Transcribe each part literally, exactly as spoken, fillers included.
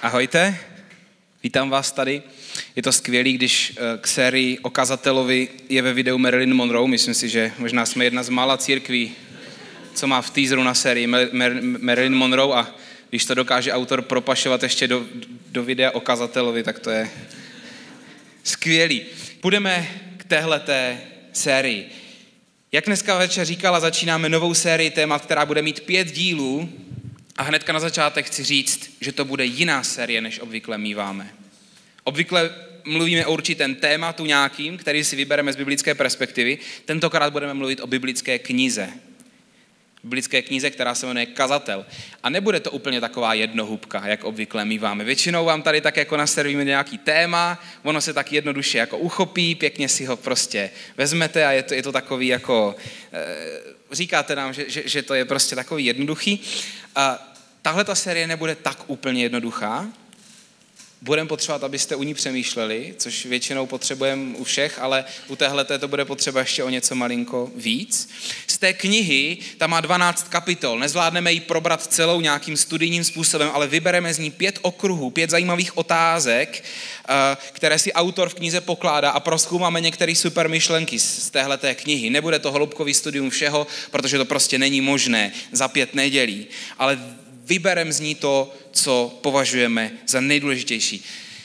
Ahojte, vítám vás tady. Je to skvělý, když k sérii o kazatelovi je ve videu Marilyn Monroe. Myslím si, že možná jsme jedna z mála církví, co má v teaseru na sérii Marilyn Monroe, a když to dokáže autor propašovat ještě do, do videa o kazatelovi, tak to je skvělý. Půjdeme k téhleté sérii. Jak dneska večer říkala, začínáme novou sérii témat, která bude mít pět dílů, a hnedka na začátek chci říct, že to bude jiná série, než obvykle míváme. Obvykle mluvíme o určitém tématu nějakým, který si vybereme z biblické perspektivy. Tentokrát budeme mluvit o biblické knize. Biblické knize, která se jmenuje Kazatel. A nebude to úplně taková jednohubka, jak obvykle míváme. Většinou vám tady tak jako naservíme nějaký téma, ono se tak jednoduše jako uchopí, pěkně si ho prostě vezmete a je to, je to takový jako... E, říkáte nám, že, že, že to je prostě takový jednoduchý. A tahle ta série nebude tak úplně jednoduchá. Budeme potřebovat, abyste u ní přemýšleli, což většinou potřebujeme u všech, ale u téhleté to bude potřeba ještě o něco malinko víc. Z té knihy, tam má dvanáct kapitol, nezvládneme ji probrat celou nějakým studijním způsobem, ale vybereme z ní pět okruhů, pět zajímavých otázek, které si autor v knize pokládá, a prozkoumáme některé super myšlenky z téhleté knihy. Nebude to hloubkový studium všeho, protože to prostě není možné za pět nedělí, ale vybereme z ní to, co považujeme za nejdůležitější.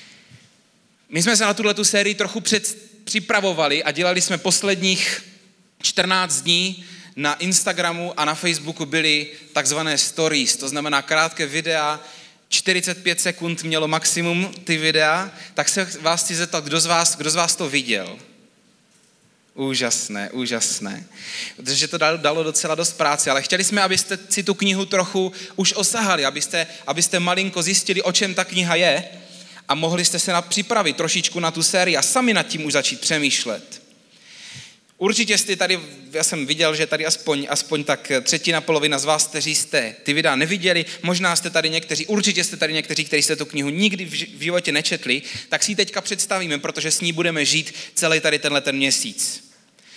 My jsme se na tuhletu sérii trochu před, připravovali a dělali jsme posledních čtrnáct dní. Na Instagramu a na Facebooku byly takzvané stories, to znamená krátké videa, čtyřicet pět sekund mělo maximum ty videa, tak se vás chci zeptat, kdo z vás, kdo z vás to viděl? Úžasné, úžasné. Protože to dalo, dalo docela dost práce, ale chtěli jsme, abyste si tu knihu trochu už osahali, abyste, abyste malinko zjistili, o čem ta kniha je, a mohli jste se na, připravit trošičku na tu sérii a sami nad tím už začít přemýšlet. Určitě jste tady, já jsem viděl, že tady aspoň, aspoň tak třetina, polovina z vás, kteří jste ty videa neviděli, možná jste tady někteří, určitě jste tady někteří, kteří jste tu knihu nikdy v životě nečetli, tak si ji teďka představíme, protože s ní budeme žít celý tady tenhle ten měsíc.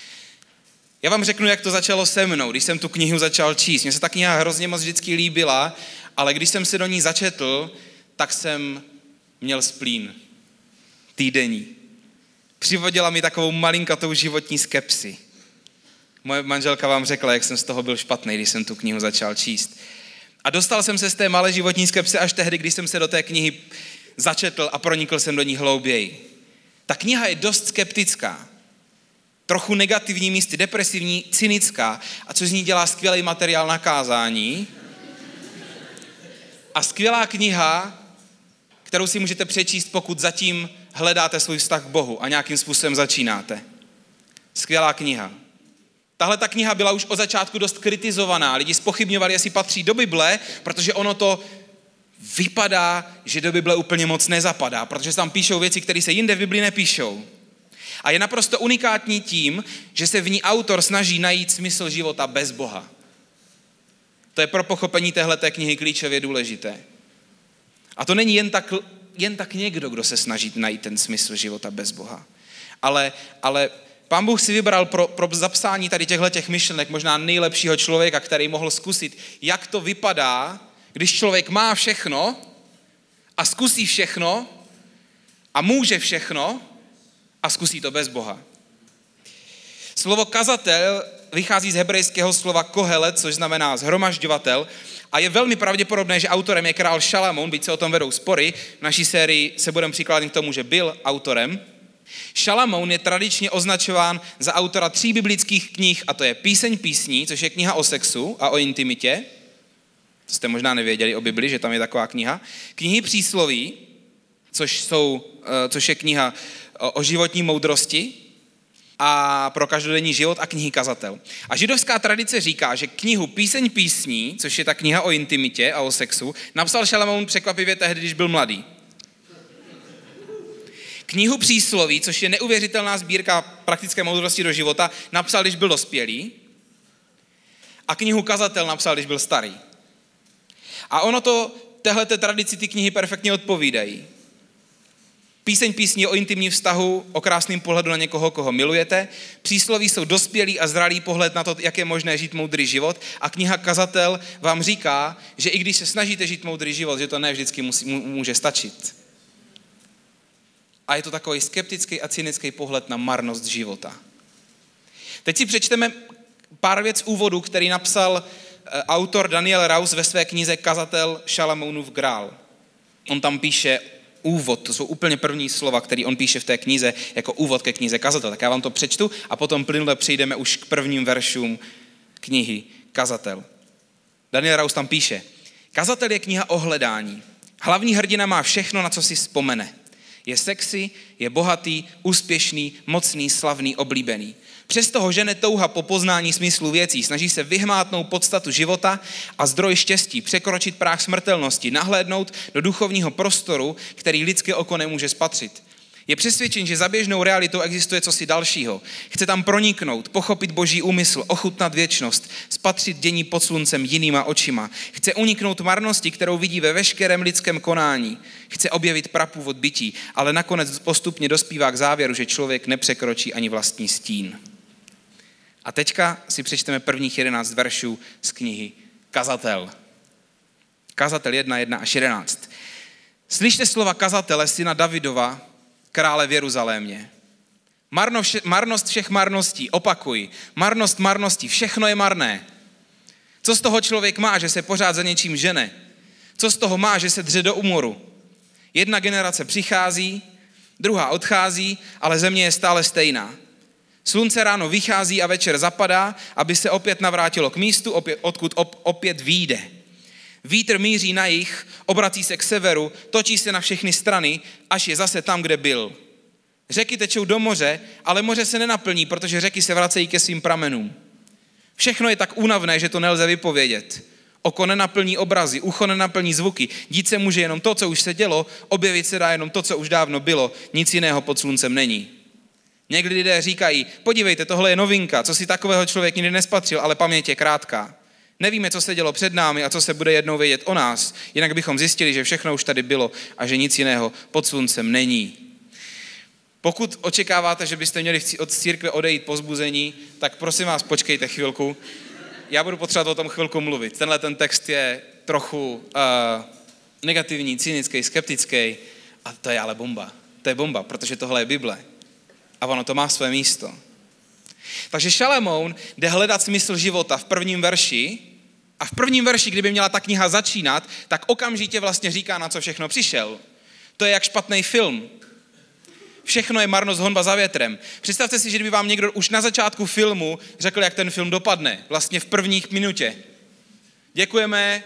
Já vám řeknu, jak to začalo se mnou, když jsem tu knihu začal číst. Mně se ta kniha hrozně moc vždycky líbila, ale když jsem se do ní začetl, tak jsem měl splín týdenní. Přivodila mi takovou malinkatou životní skepsi. Moje manželka vám řekla, jak jsem z toho byl špatný, když jsem tu knihu začal číst. A dostal jsem se z té malé životní skepsy až tehdy, když jsem se do té knihy začetl a pronikl jsem do ní hlouběji. Ta kniha je dost skeptická. Trochu negativní místy, depresivní, cynická, a co z ní dělá skvělý materiál na kázání. A skvělá kniha, kterou si můžete přečíst, pokud zatím hledáte svůj vztah k Bohu a nějakým způsobem začínáte. Skvělá kniha. Tahle ta kniha byla už od začátku dost kritizovaná. Lidi zpochybňovali, jestli patří do Bible, protože ono to vypadá, že do Bible úplně moc nezapadá, protože tam píšou věci, které se jinde v Bibli nepíšou. A je naprosto unikátní tím, že se v ní autor snaží najít smysl života bez Boha. To je pro pochopení téhleté knihy klíčově důležité. A to není jen tak, jen tak někdo, kdo se snaží najít ten smysl života bez Boha. Ale, ale Pán Bůh si vybral pro, pro zapsání tady těchto myšlenek možná nejlepšího člověka, který mohl zkusit, jak to vypadá, když člověk má všechno a zkusí všechno a může všechno a zkusí to bez Boha. Slovo kazatel vychází z hebrejského slova kohelet, což znamená shromažďovatel, a je velmi pravděpodobné, že autorem je král Šalamoun, byť se o tom vedou spory. V naší sérii se budeme přikládat k tomu, že byl autorem. Šalamoun je tradičně označován za autora tří biblických knih, a to je Píseň písní, což je kniha o sexu a o intimitě. To jste možná nevěděli o Bibli, že tam je taková kniha. Knihy přísloví, což, jsou, což je kniha o životní moudrosti a pro každodenní život, a knihy Kazatel. A židovská tradice říká, že knihu Píseň písní, což je ta kniha o intimitě a o sexu, napsal Šalamoun překvapivě tehdy, když byl mladý. Knihu přísloví, což je neuvěřitelná sbírka praktické moudrosti do života, napsal, když byl dospělý. A knihu Kazatel napsal, když byl starý. A ono to téhleté tradici ty knihy perfektně odpovídají. Píseň písní o intimním vztahu, o krásném pohledu na někoho, koho milujete. Přísloví jsou dospělý a zralý pohled na to, jak je možné žít moudrý život. A kniha Kazatel vám říká, že i když se snažíte žít moudrý život, že to ne vždycky musí, může stačit. A je to takový skeptický a cynický pohled na marnost života. Teď si přečteme pár věc úvodu, který napsal autor Daniel Rous ve své knize Kazatel Šalamounův grál. On tam píše úvod, to jsou úplně první slova, který on píše v té knize jako úvod ke knize Kazatel. Tak já vám to přečtu a potom plynule přejdeme už k prvním veršům knihy Kazatel. Daniel Rous tam píše: Kazatel je kniha o hledání. Hlavní hrdina má všechno, na co si vzpomene. Je sexy, je bohatý, úspěšný, mocný, slavný, oblíbený. Přesto ho žene touha po poznání smyslu věcí, snaží se vyhmátnout podstatu života a zdroj štěstí, překročit práh smrtelnosti, nahlédnout do duchovního prostoru, který lidské oko nemůže spatřit. Je přesvědčen, že za běžnou realitou existuje cosi dalšího. Chce tam proniknout, pochopit boží úmysl, ochutnat věčnost, spatřit dění pod sluncem jinýma očima. Chce uniknout marnosti, kterou vidí ve veškerém lidském konání. Chce objevit prapůvod bytí, ale nakonec postupně dospívá k závěru, že člověk nepřekročí ani vlastní stín. A teďka si přečteme prvních jedenáct veršů z knihy Kazatel. Kazatel jedna, jedna až jedenáct. Slyšte slova kazatele, syna Davidova, krále v Jeruzalémě. Marnost všech marností, opakuj, marnost marností, všechno je marné. Co z toho člověk má, že se pořád za něčím žene? Co z toho má, že se dře do úmoru? Jedna generace přichází, druhá odchází, ale země je stále stejná. Slunce ráno vychází a večer zapadá, aby se opět navrátilo k místu, opět, odkud op, opět vyjde. Vítr míří na jih, obrací se k severu, točí se na všechny strany, až je zase tam, kde byl. Řeky tečou do moře, ale moře se nenaplní, protože řeky se vracejí ke svým pramenům. Všechno je tak únavné, že to nelze vypovědět. Oko nenaplní obrazy, ucho nenaplní zvuky, dít se může jenom to, co už se dělo, objevit se dá jenom to, co už dávno bylo, nic jiného pod sluncem není. Někdy lidé říkají, podívejte, tohle je novinka, co si takového člověk nikdy nespatřil, ale paměť je krátká. Nevíme, co se dělo před námi a co se bude jednou vědět o nás, jinak bychom zjistili, že všechno už tady bylo a že nic jiného pod sluncem není. Pokud očekáváte, že byste měli od církve odejít po zbuzení, tak prosím vás, počkejte chvilku. Já budu potřebovat o tom chvilku mluvit. Tenhle ten text je trochu uh, negativní, cynický, skeptický a to je ale bomba. To je bomba, protože tohle je Bible. A ono to má své místo. Takže Šalamoun jde hledat smysl života v prvním verši a v prvním verši, kdyby měla ta kniha začínat, tak okamžitě vlastně říká, na co všechno přišel. To je jak špatný film. Všechno je marnost, honba za větrem. Představte si, že kdyby vám někdo už na začátku filmu řekl, jak ten film dopadne. Vlastně v prvních minutě. Děkujeme,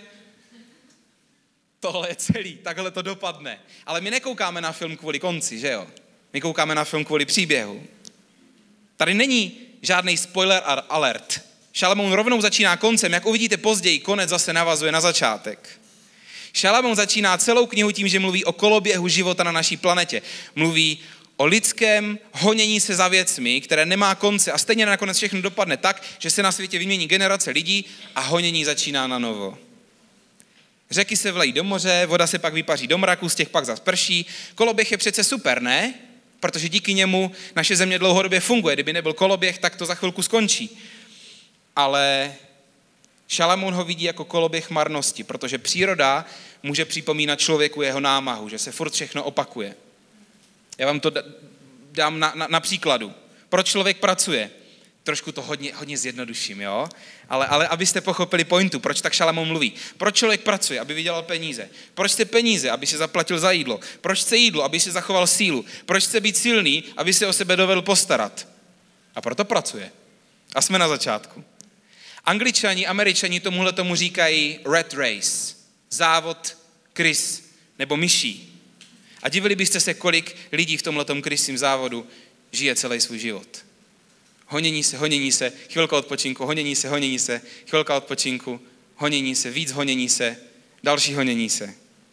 tohle je celý, takhle to dopadne. Ale my nekoukáme na film kvůli konci, že jo? My koukáme na film kvůli příběhu. Tady není žádný spoiler alert. Šalamoun rovnou začíná koncem, jak uvidíte později, konec zase navazuje na začátek. Šalamoun začíná celou knihu tím, že mluví o koloběhu života na naší planetě. Mluví o lidském honění se za věcmi, které nemá konce a stejně nakonec všechno dopadne tak, že se na světě vymění generace lidí a honění začíná na novo. Řeky se vlejí do moře, voda se pak vypaří do mraku, z těch pak zas prší. Koloběh je přece super, ne? Protože díky němu naše země dlouhodobě funguje. Kdyby nebyl koloběh, tak to za chvilku skončí. Ale Šalamoun ho vidí jako koloběh marnosti, protože příroda může připomínat člověku jeho námahu, že se furt všechno opakuje. Já vám to dám na, na, na příkladu. Proč člověk pracuje? Trošku to hodně, hodně zjednoduším, jo? Ale, ale abyste pochopili pointu, proč tak Šalamoun mluví. Proč člověk pracuje? Aby vydělal peníze. Proč chce peníze? Aby se zaplatil za jídlo. Proč chce jídlo? Aby se zachoval sílu. Proč chce být silný? Aby se o sebe dovedl postarat. A proto pracuje. A jsme na začátku. Angličani, Američani tomuhle tomu říkají rat race. Závod krys nebo myší. A divili byste se, kolik lidí v tomhletom krysím závodu žije celý svůj život. Honění se, honění se, chvilka odpočinku, honění se, honění se, chvilka odpočinku, honění se, víc honění se, další honění se.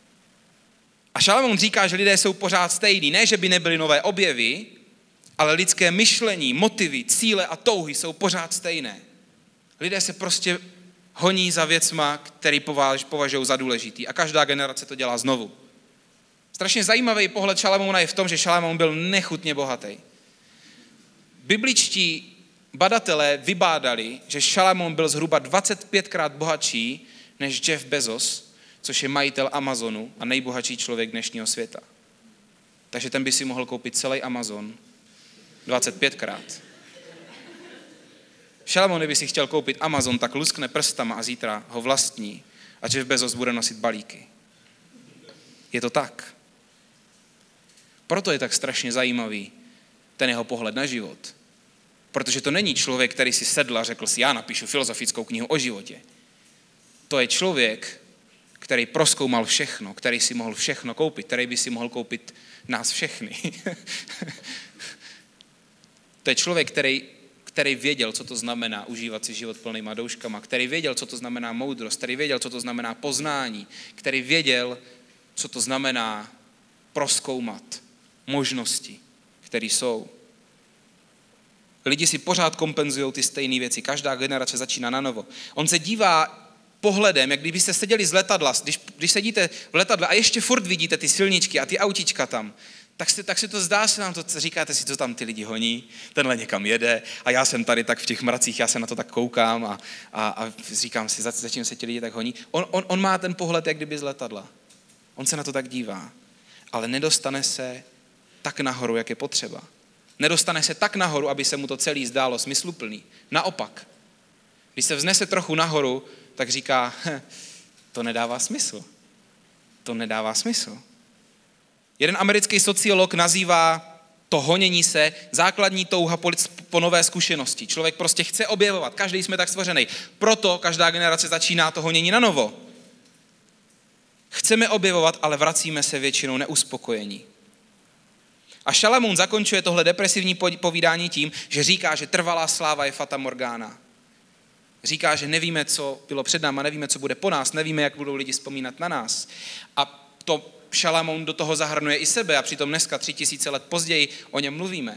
A Šalamoun říká, že lidé jsou pořád stejní. Ne, že by nebyly nové objevy, ale lidské myšlení, motivy, cíle a touhy jsou pořád stejné. Lidé se prostě honí za věcma, které považují za důležitý. A každá generace to dělá znovu. Strašně zajímavý pohled Šalamouna je v tom, že Šalamoun byl nechutně bohatý. Bibličtí badatelé vybádali, že Šalamoun byl zhruba dvacet pětkrát bohatší než Jeff Bezos, což je majitel Amazonu a nejbohatší člověk dnešního světa. Takže ten by si mohl koupit celý Amazon dvacet pětkrát. Šalamoun, kdyby si chtěl koupit Amazon, tak luskne prstama a zítra ho vlastní a Jeff Bezos bude nosit balíky. Je to tak. Proto je tak strašně zajímavý ten jeho pohled na život. Protože to není člověk, který si sedl a řekl si, já napíšu filozofickou knihu o životě. To je člověk, který prozkoumal všechno, který si mohl všechno koupit, který by si mohl koupit nás všechny. To je člověk, který, který věděl, co to znamená užívat si život plnýma douškama, který věděl, co to znamená moudrost, který věděl, co to znamená poznání, který věděl, co to znamená prozkoumat možnosti, které jsou. Lidi si pořád kompenzují ty stejné věci. Každá generace začíná na novo. On se dívá pohledem, jak kdybyste seděli z letadla, když, když sedíte v letadle a ještě furt vidíte ty silničky a ty autička tam, tak si, tak si to zdá se nám to, říkáte si, co tam ty lidi honí, tenhle někam jede a já jsem tady tak v těch mracích, já se na to tak koukám a, a, a říkám si, za čím se ti lidi tak honí. On, on, on má ten pohled, jak kdyby z letadla. On se na to tak dívá, ale nedostane se tak nahoru, jak je potřeba. Nedostane se tak nahoru, aby se mu to celé zdálo smysluplný. Naopak, když se vznese trochu nahoru, tak říká, to nedává smysl. To nedává smysl. Jeden americký sociolog nazývá to honění se základní touha po nové zkušenosti. Člověk prostě chce objevovat, každý jsme tak stvořený. Proto každá generace začíná to honění na novo. Chceme objevovat, ale vracíme se většinou neuspokojení. A Šalamoun zakončuje tohle depresivní povídání tím, že říká, že trvalá sláva je fata morgana. Říká, že nevíme, co bylo před náma, nevíme, co bude po nás, nevíme, jak budou lidi vzpomínat na nás. A to Šalamoun do toho zahrnuje i sebe a přitom dneska tři tisíce let později o něm mluvíme.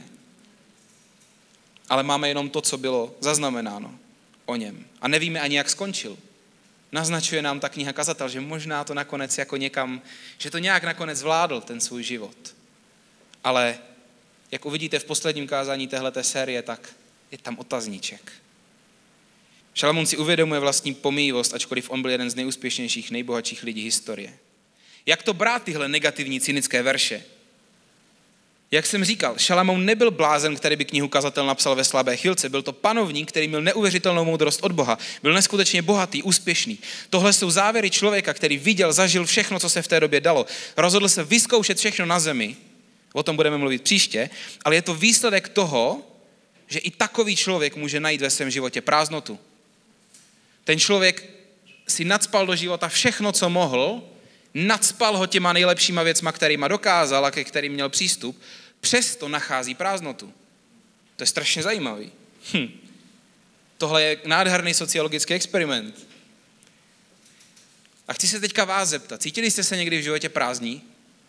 Ale máme jenom to, co bylo zaznamenáno o něm. A nevíme ani, jak skončil. Naznačuje nám ta kniha Kazatel, že možná to nakonec jako někam, že to nějak nakonec zvládl ten svůj život. Ale jak uvidíte v posledním kázání téhleté série, tak je tam otazníček. Šalamoun si uvědomuje vlastní pomíjivost, ačkoliv on byl jeden z nejúspěšnějších, nejbohatších lidí historie. Jak to brát tyhle negativní, cynické verše? Jak jsem říkal, Šalamoun nebyl blázen, který by knihu Kazatel napsal ve slabé chvilce. Byl to panovník, který měl neuvěřitelnou moudrost od Boha. Byl neskutečně bohatý, úspěšný. Tohle jsou závěry člověka, který viděl, zažil všechno, co se v té době dalo. Rozhodl se vyzkoušet všechno na zemi. O tom budeme mluvit příště. Ale je to výsledek toho, že i takový člověk může najít ve svém životě prázdnotu. Ten člověk si nacpal do života všechno, co mohl, nacpal ho těma nejlepšíma věcma, kterýma dokázal a ke kterým měl přístup, přesto nachází prázdnotu. To je strašně zajímavý. Hm. Tohle je nádherný sociologický experiment. A chci se teďka vás zeptat, cítili jste se někdy v životě prázdní?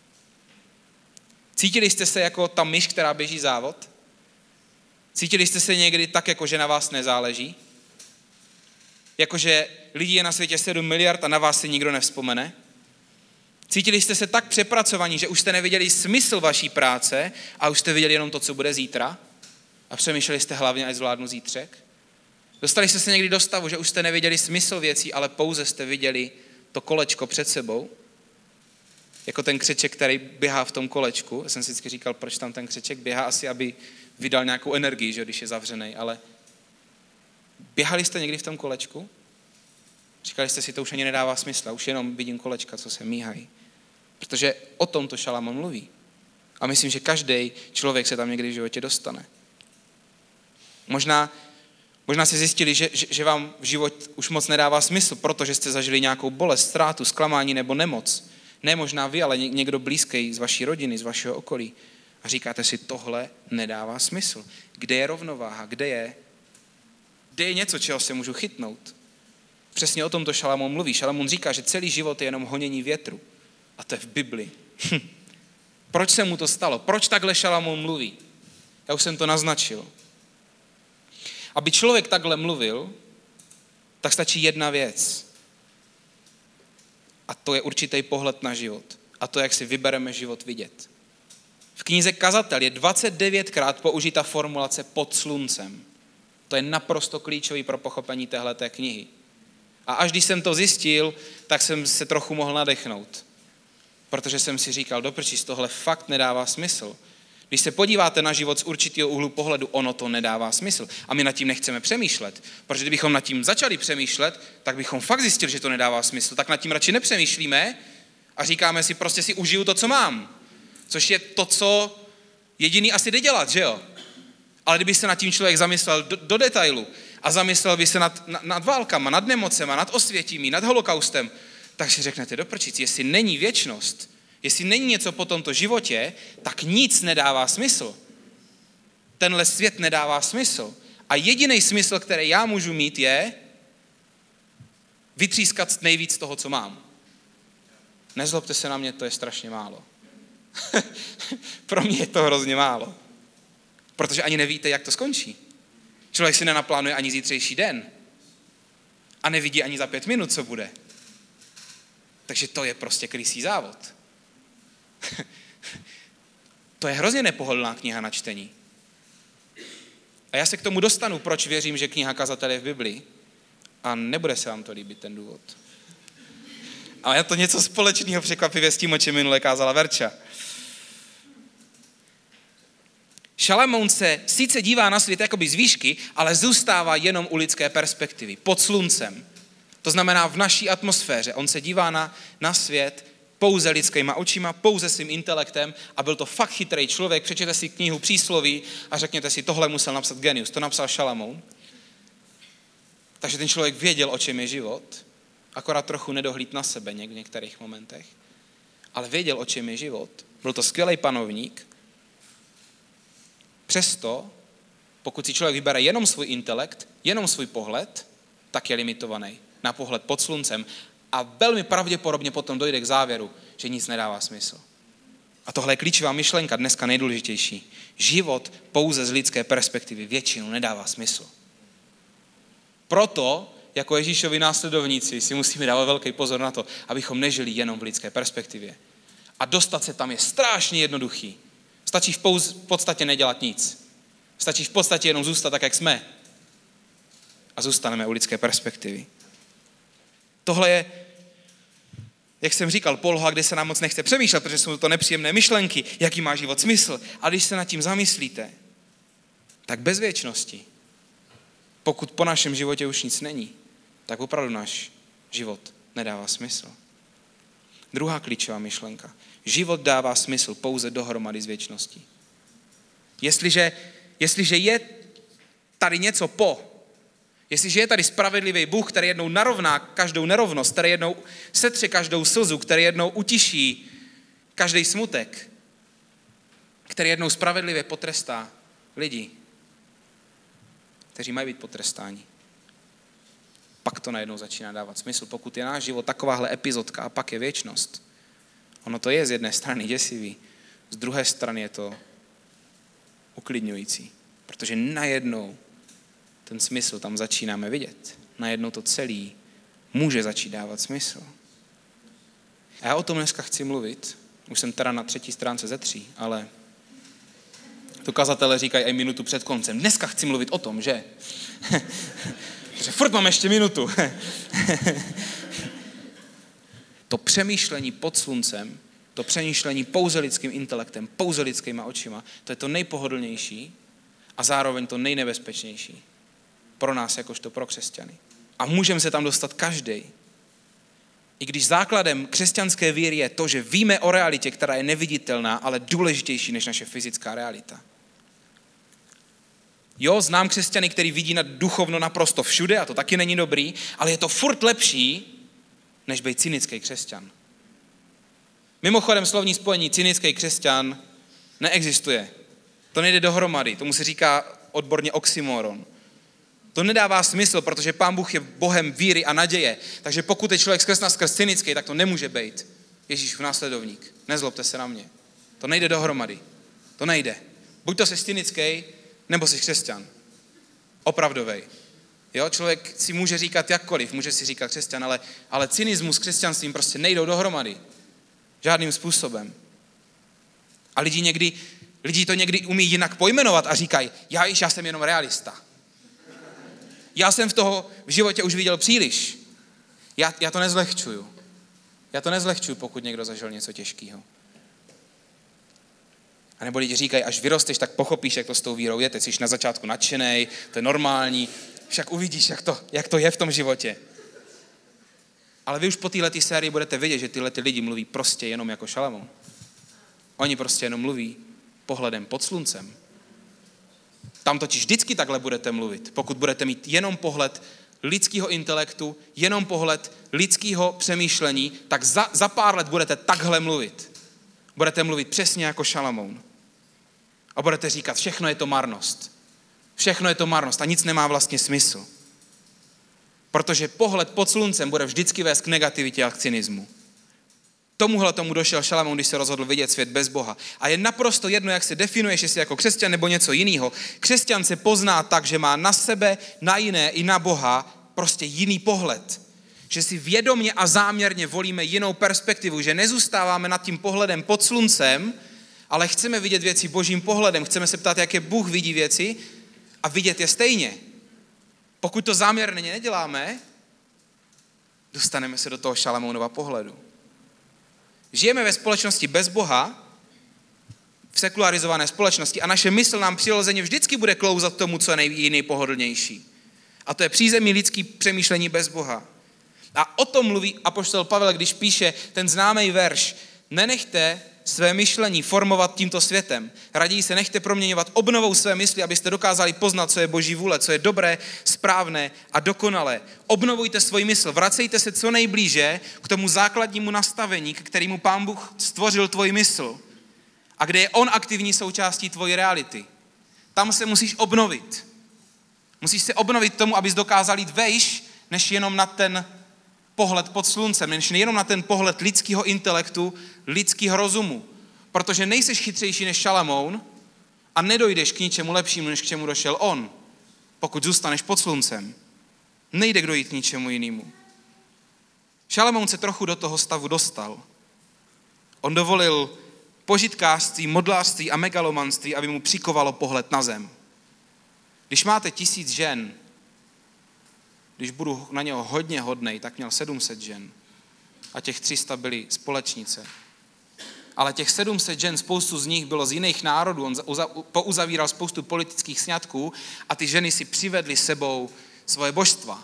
Cítili jste se jako ta myš, která běží závod? Cítili jste se někdy tak, jako že na vás nezáleží? Jakože lidí je na světě sedm miliard a na vás si nikdo nevzpomene? Cítili jste se tak přepracovaní, že už jste neviděli smysl vaší práce a už jste viděli jenom to, co bude zítra? A přemýšleli jste hlavně, ať zvládnu zítřek? Dostali jste se někdy do stavu, že už jste neviděli smysl věcí, ale pouze jste viděli to kolečko před sebou? Jako ten křeček, který běhá v tom kolečku. Já jsem si vždycky říkal, proč tam ten křeček běhá, asi aby vydal nějakou energii, že, když je zavřený, ale běhali jste někdy v tom kolečku? Říkali jste si, to už ani nedává smysl, už jenom vidím kolečka, co se míhají. Protože o tom to Šalamoun mluví. A myslím, že každý člověk se tam někdy v životě dostane. Možná, možná jste zjistili, že, že, že vám v život už moc nedává smysl, protože jste zažili nějakou bolest, ztrátu, zklamání nebo nemoc. Ne možná vy, ale někdo blízký z vaší rodiny, z vašeho okolí. A říkáte si, tohle nedává smysl. Kde je rovnováha? Kde je, kde je něco, čeho se můžu chytnout? Přesně o tom to Šalamoun mluví. Šalamoun říká, že celý život je jenom honění větru. A to je v Bibli. Proč se mu to stalo? Proč takhle Šalamoun mluví? Já už jsem to naznačil. Aby člověk takhle mluvil, tak stačí jedna věc. A to je určitý pohled na život. a to, jak si vybereme život vidět. V knize Kazatel je dvacet devětkrát použita formulace pod sluncem. To je naprosto klíčový pro pochopení téhleté knihy. A až když jsem to zjistil, tak jsem se trochu mohl nadechnout. Protože jsem si říkal, doprčíš, tohle fakt nedává smysl. Když se podíváte na život z určitého úhlu pohledu, ono to nedává smysl. A my nad tím nechceme přemýšlet. Protože kdybychom nad tím začali přemýšlet, tak bychom fakt zjistili, že to nedává smysl. Tak nad tím radši nepřemýšlíme a říkáme si, prostě si užiju to, co mám. Což je to, co jediný asi jde dělat, že jo? Ale kdyby se nad tím člověk zamyslel do, do detailu a zamyslel by se nad, nad, nad válkama, nad nemocema, nad osvětími, nad holokaustem, tak si řeknete do prčic, jestli není věčnost, jestli není něco po tomto životě, tak nic nedává smysl. Tenhle svět nedává smysl. A jediný smysl, který já můžu mít, je vytřískat nejvíc toho, co mám. Nezlobte se na mě, to je strašně málo. Pro mě je to hrozně málo. Protože ani nevíte, jak to skončí. Člověk si nenaplánuje ani zítřejší den. A nevidí ani za pět minut, co bude. Takže to je prostě krysý závod. To je hrozně nepohodlná kniha na čtení. A já se k tomu dostanu, proč věřím, že kniha Kazatel je v Biblii. A nebude se vám to líbit, ten důvod. Ale je to něco společného překvapivě s tím, o čem minule kázala Verča. Šalamoun se sice dívá na svět jakoby z výšky, ale zůstává jenom u lidské perspektivy, pod sluncem. To znamená v naší atmosféře. On se dívá na, na svět pouze lidskýma očima, pouze svým intelektem a byl to fakt chytrý člověk. Přečtěte si knihu Přísloví a řekněte si, tohle musel napsat genius. To napsal Šalamoun. Takže ten člověk věděl, o čem je život, akorát trochu nedohlíd na sebe něk- v některých momentech, ale věděl, o čem je život. Byl to skvělý panovník. Přesto, pokud si člověk vybere jenom svůj intelekt, jenom svůj pohled, tak je limitovaný na pohled pod sluncem a velmi pravděpodobně potom dojde k závěru, že nic nedává smysl. A tohle je klíčová myšlenka, dneska nejdůležitější. Život pouze z lidské perspektivy většinou nedává smysl. Proto, jako Ježíšovi následovníci, si musíme dávat velký pozor na to, abychom nežili jenom v lidské perspektivě. A dostat se tam je strašně jednoduchý. Stačí v, pouz, v podstatě nedělat nic. Stačí v podstatě jenom zůstat tak, jak jsme. A zůstaneme u lidské perspektivy. Tohle je, jak jsem říkal, poloha, kde se nám moc nechce přemýšlet, protože jsou to nepříjemné myšlenky, jaký má život smysl. A když se nad tím zamyslíte, tak bez věčnosti, pokud po našem životě už nic není, tak opravdu náš život nedává smysl. Druhá klíčová myšlenka. Život dává smysl pouze dohromady s věčností. Jestliže, jestliže je tady něco po, jestliže je tady spravedlivý Bůh, který jednou narovná každou nerovnost, který jednou setře každou slzu, který jednou utiší každý smutek, který jednou spravedlivě potrestá lidi, kteří mají být potrestáni, pak to najednou začíná dávat smysl. Pokud je náš život takováhle epizodka a pak je věčnost, ono to je z jedné strany děsivý, z druhé strany je to uklidňující, protože najednou ten smysl tam začínáme vidět. Najednou to celé může začít dávat smysl. A já o tom dneska chci mluvit, už jsem teda na třetí stránce ze tří, ale to kazatelé říkají i minutu před koncem. Dneska chci mluvit o tom, že? Protože furt mám ještě minutu. To přemýšlení pod sluncem, to přemýšlení pouze lidským intelektem, pouze lidskýma očima, to je to nejpohodlnější a zároveň to nejnebezpečnější pro nás, jakožto pro křesťany. A můžeme se tam dostat každý. I když základem křesťanské víry je to, že víme o realitě, která je neviditelná, ale důležitější než naše fyzická realita. Jo, znám křesťany, který vidí na duchovno naprosto všude, a to taky není dobrý, ale je to furt lepší, než být cynický křesťan. Mimochodem slovní spojení cynický křesťan neexistuje. To nejde dohromady, tomu se říká odborně oxymoron. To nedává smysl, protože Pán Bůh je Bohem víry a naděje. Takže pokud je člověk skrz na skrz cynický, tak to nemůže být Ježíšův následovník. Nezlobte se na mě. To nejde dohromady. To nejde. Buď to jsi cynický, nebo jsi křesťan. Opravdovej. Jo, člověk si může říkat jakkoliv, může si říkat křesťan, ale, ale cynismus s křesťanstvím prostě nejdou dohromady. Žádným způsobem. A lidi, někdy, lidi to někdy umí jinak pojmenovat a říkají, já, já jsem jenom realista. Já jsem v toho v životě už viděl příliš. Já, já to nezlehčuju. Já to nezlehčuju, pokud někdo zažil něco těžkého. A nebo lidi říkají, až vyrosteš, tak pochopíš, jak to s tou vírou je. Teď jsi na začátku nadšenej, to je normální, však uvidíš, jak to, jak to je v tom životě. Ale vy už po této sérii budete vidět, že tyhle ty lidi mluví prostě jenom jako Šalamoun. Oni prostě jenom mluví pohledem pod sluncem. Tam totiž vždycky takhle budete mluvit. Pokud budete mít jenom pohled lidského intelektu, jenom pohled lidského přemýšlení, tak za, za pár let budete takhle mluvit. Budete mluvit přesně jako Šalamoun. A budete říkat, všechno je to marnost. Všechno je to marnost a nic nemá vlastně smysl. Protože pohled pod sluncem bude vždycky vést k negativitě a k cynismu. Tomuhle tomu došel Šalamoun, když se rozhodl vidět svět bez Boha. A je naprosto jedno, jak se definuješ, jestli jako křesťan nebo něco jiného. Křesťan se pozná tak, že má na sebe, na jiné i na Boha prostě jiný pohled. Že si vědomně a záměrně volíme jinou perspektivu, že nezůstáváme nad tím pohledem pod sluncem, ale chceme vidět věci božím pohledem. Chceme se ptát, jak je Bůh vidí věci a vidět je stejně. Pokud to záměrně neděláme, dostaneme se do toho Šalamounova pohledu. Žijeme ve společnosti bez Boha, v sekularizované společnosti a naše mysl nám přirozeně vždycky bude klouzat k tomu, co je nej, nejpohodlnější. A to je přízemní lidský přemýšlení bez Boha. A o tom mluví apoštol Pavel, když píše ten známý verš. Nenechte své myšlení formovat tímto světem. Raději se nechte proměňovat obnovou své mysli, abyste dokázali poznat, co je Boží vůle, co je dobré, správné a dokonalé. Obnovujte svůj mysl, vracejte se co nejblíže k tomu základnímu nastavení, k kterému Pán Bůh stvořil tvůj mysl a kde je on aktivní součástí tvojí reality. Tam se musíš obnovit. Musíš se obnovit tomu, abys dokázal jít vejš, než jenom na ten pohled pod sluncem, než jenom na ten pohled lidského intelektu, lidského rozumu. Protože nejseš chytřejší než Šalamoun a nedojdeš k ničemu lepšímu, než k čemu došel on, pokud zůstaneš pod sluncem. Nejde kdo jít k ničemu jinému. Šalamoun se trochu do toho stavu dostal. On dovolil požitkářství, modlářství a megalomanství, aby mu přikovalo pohled na zem. Když máte tisíc žen, když budu na něho hodně hodnej, tak měl sedm set žen. A těch tři sta byly společnice. Ale těch sedm set žen, spoustu z nich bylo z jiných národů. On pouzavíral spoustu politických sňatků a ty ženy si přivedly sebou svoje božstva.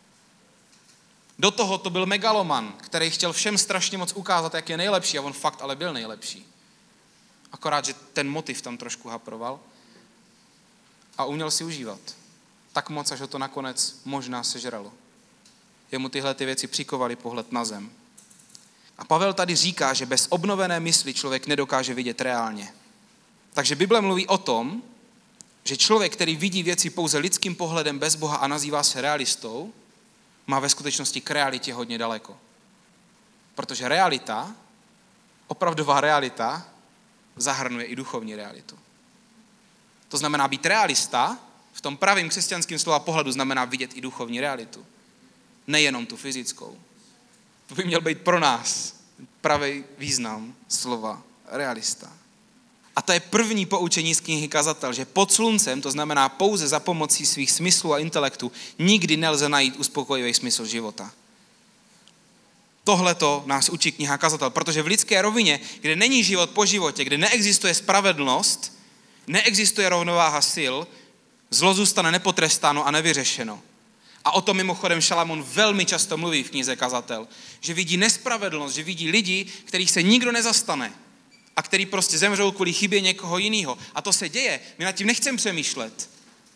Do toho to byl megaloman, který chtěl všem strašně moc ukázat, jak je nejlepší a on fakt ale byl nejlepší. Akorát, že ten motiv tam trošku haproval a uměl si užívat. Tak moc, až ho to nakonec možná sežralo. Jemu tyhle ty věci přikovaly pohled na zem. A Pavel tady říká, že bez obnovené mysli člověk nedokáže vidět reálně. Takže Bible mluví o tom, že člověk, který vidí věci pouze lidským pohledem bez Boha a nazývá se realistou, má ve skutečnosti k realitě hodně daleko. Protože realita, opravdová realita, zahrnuje i duchovní realitu. To znamená být realista, v tom pravým křesťanským slova pohledu znamená vidět i duchovní realitu. Nejenom tu fyzickou. To by měl být pro nás pravý význam slova realista. A to je první poučení z knihy Kazatel, že pod sluncem, to znamená pouze za pomocí svých smyslů a intelektu, nikdy nelze najít uspokojivý smysl života. Tohleto nás učí kniha Kazatel, protože v lidské rovině, kde není život po životě, kde neexistuje spravedlnost, neexistuje rovnováha sil, zlo zůstane nepotrestáno a nevyřešeno. A o tom mimochodem Šalamoun velmi často mluví v knize Kazatel, že vidí nespravedlnost, že vidí lidi, kterých se nikdo nezastane a který prostě zemřou kvůli chybě někoho jiného. A to se děje, my nad tím nechceme přemýšlet.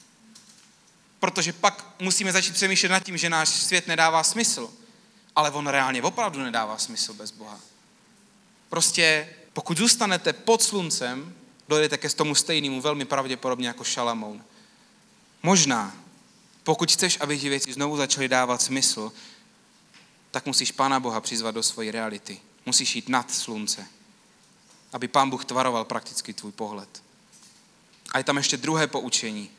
Protože pak musíme začít přemýšlet nad tím, že náš svět nedává smysl. Ale on reálně opravdu nedává smysl bez Boha. Prostě pokud zůstanete pod sluncem, dojdete ke tomu stejnému velmi pravděpodobně jako Šalamoun. Možná, pokud chceš, aby ti věci znovu začaly dávat smysl, tak musíš Pána Boha přizvat do své reality. Musíš jít nad slunce, aby Pán Bůh tvaroval prakticky tvůj pohled. A je tam ještě druhé poučení.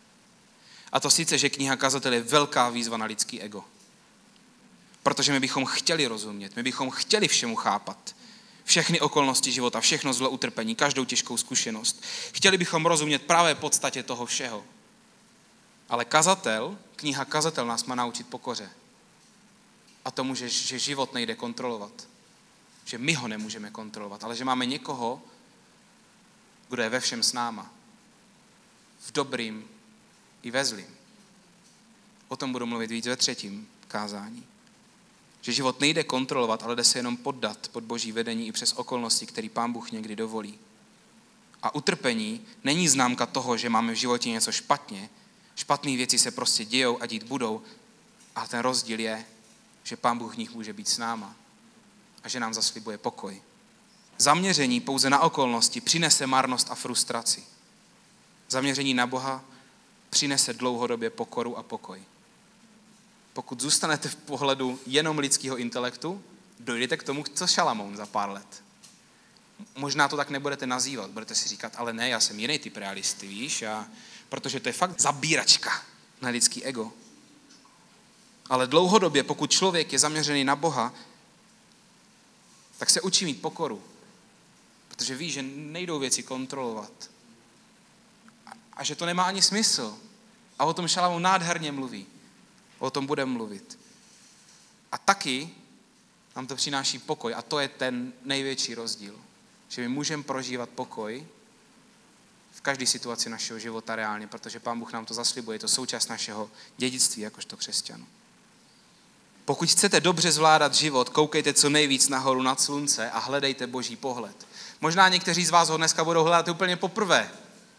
A to sice, že kniha Kazatel je velká výzva na lidský ego. Protože my bychom chtěli rozumět, my bychom chtěli všemu chápat. všechny okolnosti života, všechno zlo, utrpení, každou těžkou zkušenost. Chtěli bychom rozumět právě podstatě toho všeho. Ale kazatel, kniha Kazatel nás má naučit pokoře. A tomu, že, že život nejde kontrolovat. Že my ho nemůžeme kontrolovat, ale že máme někoho, kdo je ve všem s náma. V dobrým i ve zlým. O tom budu mluvit víc ve třetím kázání. Že život nejde kontrolovat, ale jde se jenom poddat pod Boží vedení i přes okolnosti, které Pán Bůh někdy dovolí. A utrpení není známka toho, že máme v životě něco špatně. Špatné věci se prostě dějou a dít budou. A ten rozdíl je, že Pán Bůh v nich může být s náma. A že nám zaslibuje pokoj. Zaměření pouze na okolnosti přinese marnost a frustraci. Zaměření na Boha přinese dlouhodobě pokoru a pokoj. Pokud zůstanete v pohledu jenom lidského intelektu, dojdete k tomu, co Šalamoun za pár let. Možná to tak nebudete nazývat, budete si říkat, ale ne, já jsem jiný typ realisty, víš, a protože to je fakt zabíračka na lidský ego. Ale dlouhodobě, pokud člověk je zaměřený na Boha, tak se učí mít pokoru, protože ví, že nejdou věci kontrolovat a, a že to nemá ani smysl. A o tom Šalamoun nádherně mluví. O tom budeme mluvit. A taky nám to přináší pokoj a to je ten největší rozdíl. Že my můžeme prožívat pokoj v každé situaci našeho života reálně, protože Pán Bůh nám to zaslibuje, je to součást našeho dědictví jakožto křesťanů. Pokud chcete dobře zvládat život, koukejte co nejvíc nahoru nad slunce a hledejte Boží pohled. Možná někteří z vás ho dneska budou hledat úplně poprvé.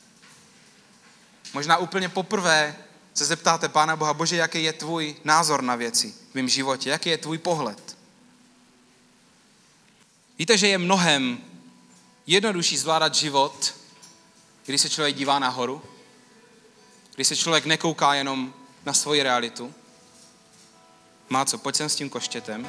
Možná úplně poprvé se zeptáte Pána Boha, Bože, jaký je tvůj názor na věci v mém životě, jaký je tvůj pohled. Víte, že je mnohem jednodušší zvládat život, když se člověk dívá nahoru, když se člověk nekouká jenom na svoji realitu. Má co, pojď sem s tím koštětem.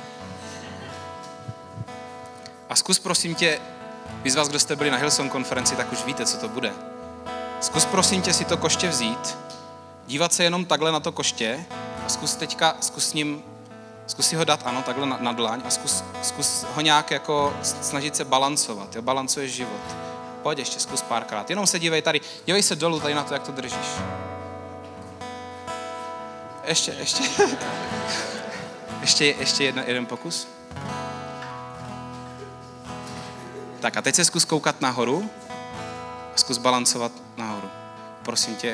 A zkus prosím tě, vy z vás, kdo jste byli na Hillsong konferenci, tak už víte, co to bude. Zkus prosím tě si to koště vzít, dívat se jenom takhle na to koště a zkus teďka, zkus s ním, zkus si ho dát, ano, takhle na, na dlaň a zkus, zkus ho nějak jako snažit se balancovat, jo, balancuješ život. Pojď ještě, zkus párkrát, jenom se dívej tady, dívej se dolů tady na to, jak to držíš. Ještě, ještě. Ještě, ještě jedna, jeden pokus. Tak a teď se zkus koukat nahoru a zkus balancovat nahoru. Prosím tě.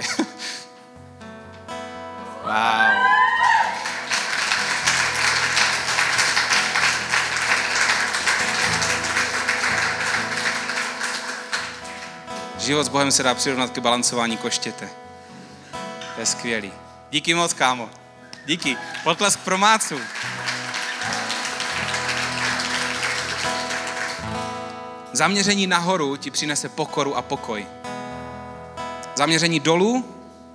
Wow. Život s Bohem se dá přirovnat k balancování koštěte. To je skvělý. Díky moc, kámo. Díky. Potlesk pro Mácu. Zaměření nahoru ti přinese pokoru a pokoj. Zaměření dolů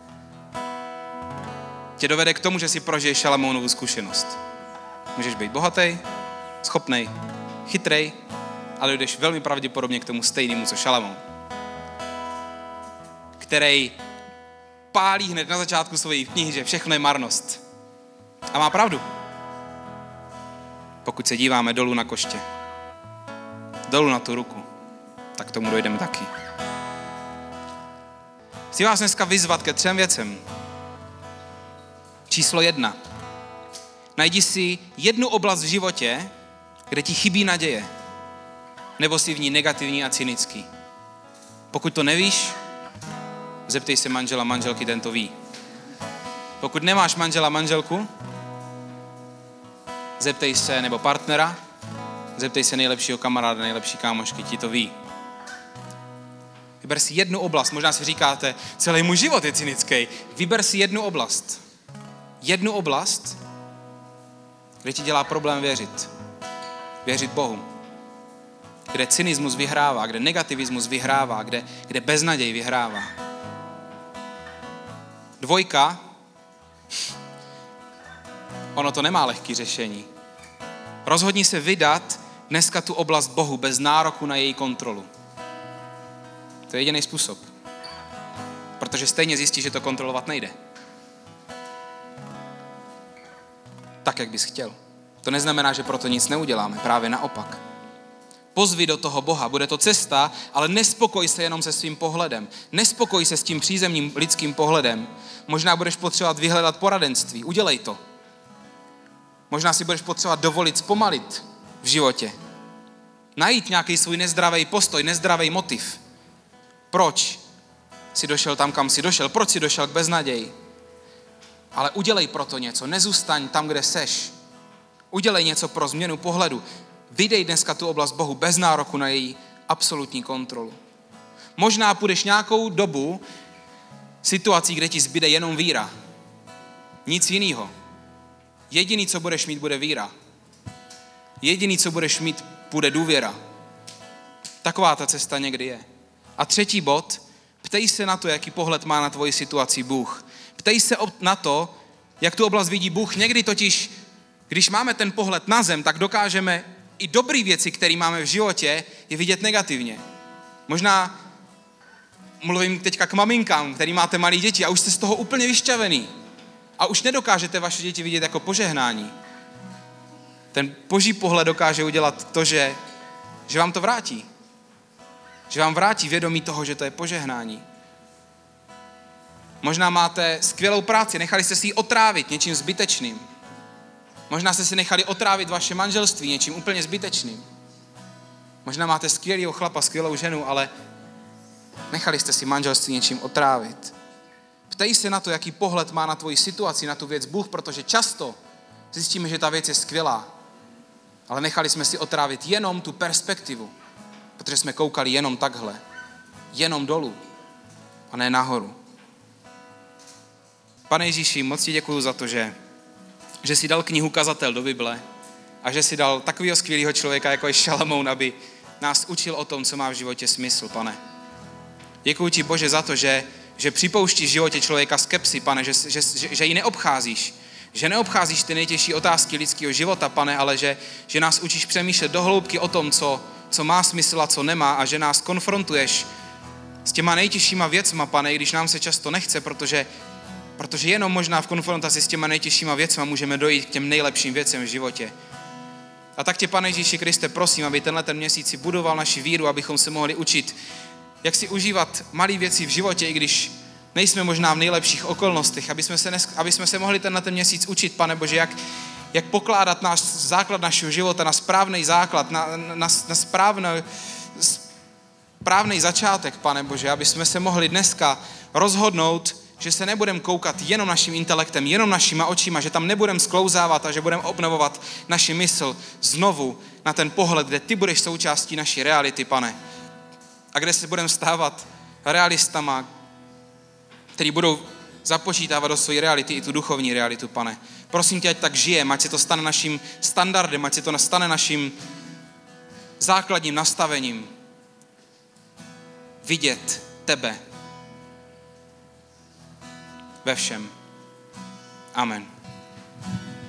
tě dovede k tomu, že si prožiješ Šalamounovu zkušenost. Můžeš být bohatý, schopnej, chytrej, ale jdeš velmi pravděpodobně k tomu stejnému, co Šalamoun. Který pálí hned na začátku své knihy, že všechno je marnost. A má pravdu. Pokud se díváme dolů na koště, dolů na tu ruku, tak k tomu dojdeme taky. Chci vás dneska vyzvat ke třem věcem. Číslo jedna. Najdi si jednu oblast v životě, kde ti chybí naděje, nebo si v ní negativní a cynický. Pokud to nevíš, zeptej se manžela, manželky, ten to ví. Pokud nemáš manžela, manželku, zeptej se, nebo partnera, zeptej se nejlepšího kamaráda, nejlepší kámošky, ti to ví. Vyber si jednu oblast, možná si říkáte, celý můj život je cynický. Vyber si jednu oblast. Jednu oblast, kde ti dělá problém věřit. Věřit Bohu. Kde cynismus vyhrává, kde negativismus vyhrává, kde, kde beznaděj vyhrává. Dvojka, ono to nemá lehký řešení. Rozhodni se vydat dneska tu oblast Bohu bez nároku na její kontrolu. To je jediný způsob. Protože stejně zjistíš, že to kontrolovat nejde. Tak, jak bys chtěl. To neznamená, že proto nic neuděláme. Právě naopak. pozvi do toho Boha. Bude to cesta, ale nespokoj se jenom se svým pohledem. Nespokoj se s tím přízemním lidským pohledem. Možná budeš potřebovat vyhledat poradenství. Udělej to. Možná si budeš potřebovat dovolit zpomalit v životě. Najít nějaký svůj nezdravý postoj, nezdravý motiv. Proč jsi došel tam, kam jsi došel? Proč jsi došel k beznaději? Ale udělej proto něco. Nezůstaň tam, kde seš. Udělej něco pro změnu pohledu. Vydej dneska tu oblast Bohu bez nároku na její absolutní kontrolu. Možná půjdeš nějakou dobu situací, kde ti zbyde jenom víra. Nic jiného. Jediný, co budeš mít, bude víra. Jediný, co budeš mít, bude důvěra. Taková ta cesta někdy je. A třetí bod, ptej se na to, jaký pohled má na tvoji situaci Bůh. Ptej se na to, jak tu oblast vidí Bůh. Někdy totiž, když máme ten pohled na zem, tak dokážeme i dobré věci, které máme v životě, je vidět negativně. Možná mluvím teďka k maminkám, který máte malé děti a už jste z toho úplně vyšťavený. A už nedokážete vaše děti vidět jako požehnání. Ten boží pohled dokáže udělat to, že, že vám to vrátí. Že vám vrátí vědomí toho, že to je požehnání. Možná máte skvělou práci, nechali jste si ji otrávit něčím zbytečným. Možná jste si nechali otrávit vaše manželství něčím úplně zbytečným. Možná máte skvělýho chlapa, skvělou ženu, ale nechali jste si manželství něčím otrávit. Ptej se na to, jaký pohled má na tvoji situaci, na tu věc Bůh, protože často zjistíme, že ta věc je skvělá, ale nechali jsme si otrávit jenom tu perspektivu, protože jsme koukali jenom takhle, jenom dolů a ne nahoru. Pane Ježíši, moc ti děkuju za to, že, že jsi dal knihu Kazatel do Bible a že jsi dal takového skvělého člověka, jako je Šalamoun, aby nás učil o tom, co má v životě smysl, pane. Děkuju ti, Bože, za to, že, že připouštíš v životě člověka skepsi, pane, že, že, že, že ji neobcházíš, že neobcházíš ty nejtěžší otázky lidského života, pane, ale že, že nás učíš přemýšlet do hloubky o tom, co, co má smysl a co nemá a že nás konfrontuješ s těma nejtěžšíma věcma, pane, i když nám se často nechce, protože, protože jenom možná v konfrontaci s těma nejtěžšíma věcma můžeme dojít k těm nejlepším věcem v životě. A tak tě, Pane Ježíši Kriste, prosím, aby tenhle ten měsíc si budoval naši víru, abychom se mohli učit, jak si užívat malé věci v životě, i když nejsme možná v nejlepších okolnostech, aby jsme se, nes, aby jsme se mohli tenhle ten měsíc učit, Pane Bože, jak, jak pokládat náš základ našeho života na správný základ, na, na, na správný, správný začátek, Pane Bože, aby jsme se mohli dneska rozhodnout, že se nebudeme koukat jenom naším intelektem, jenom našima očima, že tam nebudeme sklouzávat a že budeme obnovovat naši mysl znovu na ten pohled, kde ty budeš součástí naší reality, Pane. A kde se budeme stávat realistama, který budou započítávat do své reality i tu duchovní realitu, Pane. Prosím tě, ať tak žijeme, ať se to stane naším standardem, ať se to stane naším základním nastavením. Vidět tebe ve všem. Amen.